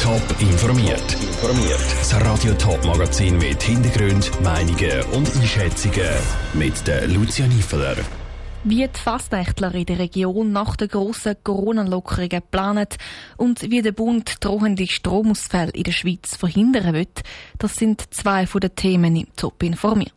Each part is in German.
Top informiert. Das Radio Top Magazin mit Hintergrund, Meinungen und Einschätzungen mit der Lucia Niefeler. Wie die Fasnächtler in der Region nach den grossen Corona-Lockerungen planen und wie der Bund drohende Stromausfälle in der Schweiz verhindern will, das sind zwei von den Themen im Top informiert.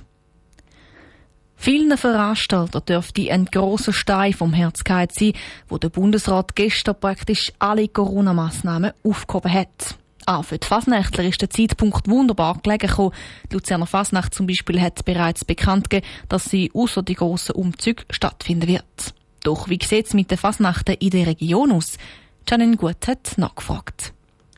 Vielen Veranstaltern dürfte ein grosser Stein vom Herz gefallen sein, wo der Bundesrat gestern praktisch alle Corona-Massnahmen aufgehoben hat. Auch für die Fasnächtler ist der Zeitpunkt wunderbar gelegen gekommen. Die Luzerner Fasnacht zum Beispiel hat bereits bekannt gegeben, dass sie ausser die grossen Umzüge stattfinden wird. Doch wie sieht es mit den Fasnachten in der Region aus? Janine Gut hat nachgefragt.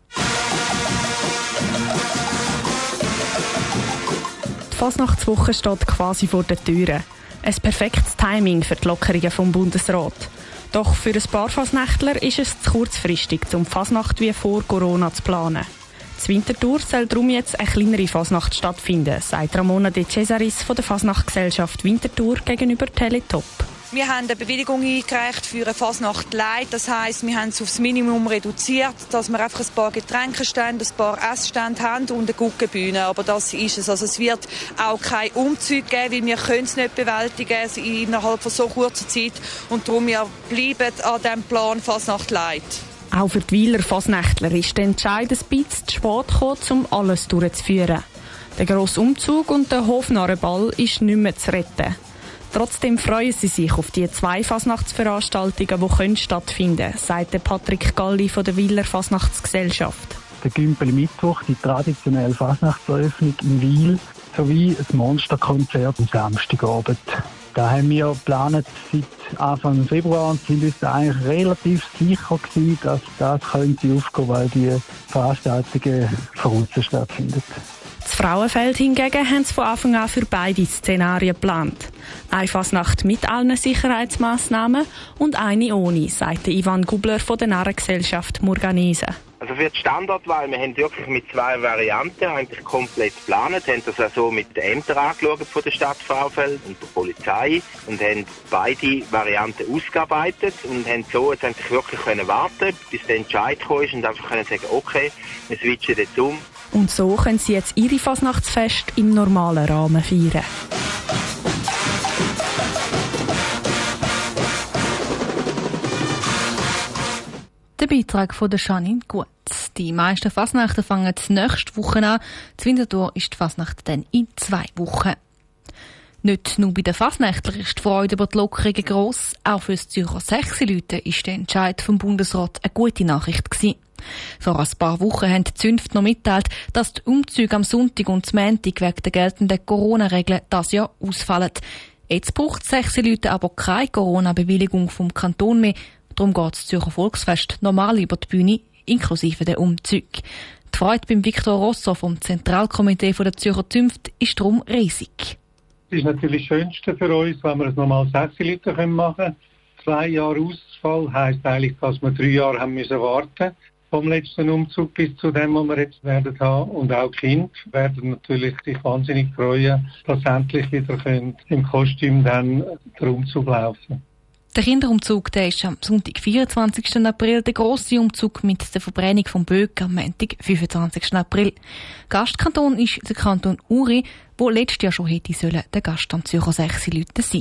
Die Fasnachtswoche steht quasi vor den Türen. Ein perfektes Timing für die Lockerungen vom Bundesrat. Doch für ein paar Fasnächtler ist es zu kurzfristig, um die Fasnacht wie vor Corona zu planen. Zur Winterthur soll darum jetzt eine kleinere Fasnacht stattfinden, sagt Ramona De Cesaris von der Fasnachtgesellschaft Winterthur gegenüber Teletop. Wir haben eine Bewilligung eingereicht für eine Fasnacht Light. Das heisst, wir haben es aufs Minimum reduziert, dass wir einfach ein paar Getränkestände, ein paar Essstände haben und eine Guggenbühne. Aber das ist es. Also es wird auch kein Umzug geben, weil wir können es nicht bewältigen innerhalb von so kurzer Zeit. Und darum wir bleiben an diesem Plan Fasnacht Light. Auch für die Weiler Fasnächtler ist der Entscheid ein bisschen zu spät gekommen, um alles durchzuführen. Der grosse Umzug und der Hofnarrenball ist nicht mehr zu retten. Trotzdem freuen sie sich auf die 2 Fasnachtsveranstaltungen, die stattfinden können, sagt Patrick Galli von der Weiler Fasnachtsgesellschaft. Der Gümpeli-Mittwoch, die traditionelle Fasnachtseröffnung in Wil, sowie ein Monsterkonzert am Samstagabend. Da haben wir geplant seit Anfang Februar und sind uns eigentlich relativ sicher gewesen, dass das könnte aufgehen, weil die Veranstaltungen von außen stattfinden. Das Frauenfeld hingegen haben sie von Anfang an für beide Szenarien geplant. Eine Fasnacht mit allen Sicherheitsmaßnahmen und eine ohne, sagt Ivan Gubler von der Narrengesellschaft Murganese. Also für die Standortwahl, wir haben wirklich mit 2 Varianten eigentlich komplett geplant, haben das also mit den Ämtern angeschaut von der Stadt Frauenfeld und der Polizei und haben beide Varianten ausgearbeitet und haben so jetzt eigentlich wirklich warten, bis der Entscheid gekommen ist und einfach können sagen, okay, wir switchen jetzt um. Und so können sie jetzt ihre Fasnachtsfest im normalen Rahmen feiern. Der Beitrag von der Janine Gut. Die meisten Fasnachten fangen nächste Woche an. Die Winterthur ist die Fasnacht dann in 2 Wochen. Nicht nur bei den Fasnächtlern ist die Freude über die Lockerungen gross. Auch für das Zürcher Sechsi-Leute ist der Entscheid vom Bundesrat eine gute Nachricht gewesen. Vor ein paar Wochen haben die Zünfte noch mitteilt, dass die Umzüge am Sonntag und am Montag wegen der geltenden Corona-Regeln dieses Jahr ausfallen. Jetzt braucht die Sechsi-Leute aber keine Corona-Bewilligung vom Kanton mehr. Darum geht das Zürcher Volksfest normal über die Bühne, inklusive der Umzüge. Die Freude beim Viktor Rosso vom Zentralkomitee der Zürcher Zünfte ist darum riesig. Es ist natürlich das Schönste für uns, wenn wir es nochmal 6 Leute machen können. 2 Jahre Ausfall heisst eigentlich, dass wir 3 Jahre haben müssen warten vom letzten Umzug bis zu dem, was wir jetzt werden haben. Und auch die Kinder werden natürlich sich wahnsinnig freuen, dass sie endlich wieder im Kostüm dann den Umzug laufen. Der Kinderumzug der ist am Sonntag, 24. April, der grosse Umzug mit der Verbrennung vom Böck am Montag, 25. April. Gastkanton ist der Kanton Uri, wo letztes Jahr schon hätte sollen der Gast am Zürcher Sechsi-Leute sein.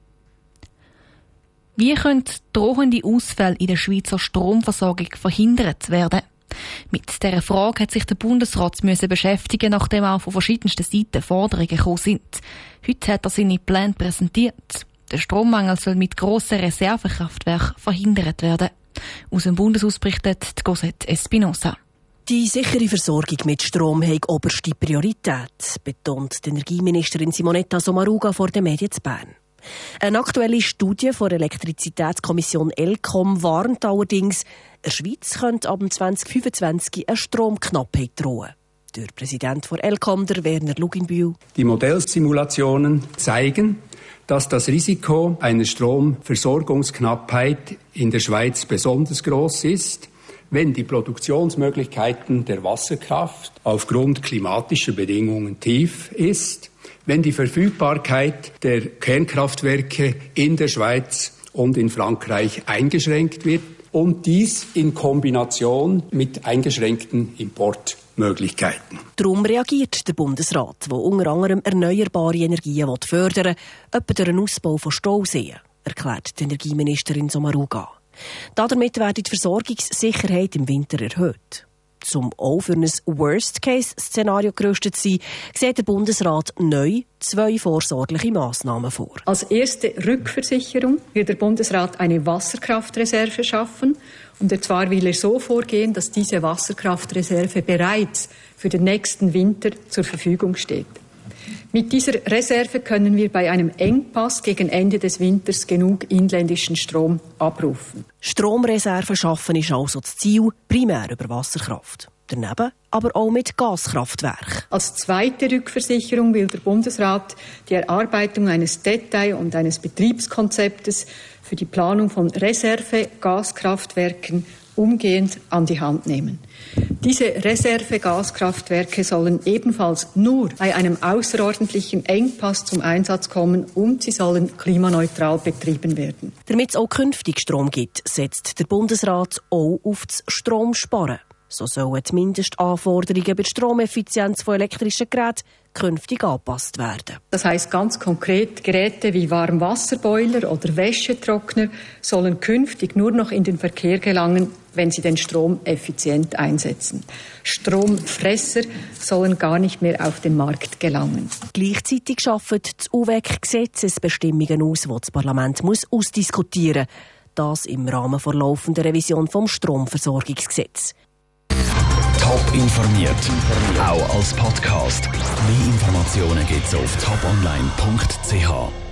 Wie können drohende Ausfälle in der Schweizer Stromversorgung verhindert werden? Mit dieser Frage hat sich der Bundesrat beschäftigen, nachdem auch von verschiedensten Seiten Forderungen gekommen sind. Heute hat er seine Pläne präsentiert. Der Strommangel soll mit grossen Reservekraftwerken verhindert werden. Aus dem Bundeshaus berichtet die Cosette Espinosa. Die sichere Versorgung mit Strom hat oberste Priorität, betont die Energieministerin Simonetta Sommaruga vor den Medien zu Bern. Eine aktuelle Studie von der Elektrizitätskommission ELCOM warnt allerdings, der Schweiz könnte ab 2025 eine Stromknappheit drohen. Der Präsident von ELCOM, der Werner Luginbühl. Die Modellsimulationen zeigen, dass das Risiko einer Stromversorgungsknappheit in der Schweiz besonders groß ist, wenn die Produktionsmöglichkeiten der Wasserkraft aufgrund klimatischer Bedingungen tief ist, wenn die Verfügbarkeit der Kernkraftwerke in der Schweiz und in Frankreich eingeschränkt wird und dies in Kombination mit eingeschränkten Importmöglichkeiten. Darum reagiert der Bundesrat, der unter anderem erneuerbare Energien fördern will, etwa durch einen Ausbau von Stauseen, erklärt die Energieministerin Sommaruga. Damit werde die Versorgungssicherheit im Winter erhöht. Um auch für ein Worst-Case-Szenario gerüstet zu sein, sieht der Bundesrat neu 2 vorsorgliche Massnahmen vor. Als erste Rückversicherung will der Bundesrat eine Wasserkraftreserve schaffen. Und zwar will er so vorgehen, dass diese Wasserkraftreserve bereits für den nächsten Winter zur Verfügung steht. Mit dieser Reserve können wir bei einem Engpass gegen Ende des Winters genug inländischen Strom abrufen. Stromreserven schaffen ist also das Ziel, primär über Wasserkraft. Daneben aber auch mit Gaskraftwerken. Als zweite Rückversicherung will der Bundesrat die Erarbeitung eines Detail- und eines Betriebskonzeptes für die Planung von Reserve-Gaskraftwerken umgehend an die Hand nehmen. Diese Reserve-Gaskraftwerke sollen ebenfalls nur bei einem außerordentlichen Engpass zum Einsatz kommen und sie sollen klimaneutral betrieben werden. Damit es auch künftig Strom gibt, setzt der Bundesrat auch auf das Stromsparen. So sollen die Mindestanforderungen bei der Stromeffizienz von elektrischen Geräten künftig angepasst werden. Das heisst ganz konkret, Geräte wie Warmwasserboiler oder Wäschetrockner sollen künftig nur noch in den Verkehr gelangen, wenn sie den Strom effizient einsetzen. Stromfresser sollen gar nicht mehr auf den Markt gelangen. Gleichzeitig schafft das UWEG Gesetzesbestimmungen aus, die das Parlament ausdiskutieren muss. Das im Rahmen der laufenden Revision des Stromversorgungsgesetzes. Top informiert, auch als Podcast. Mehr Informationen gibt's auf toponline.ch.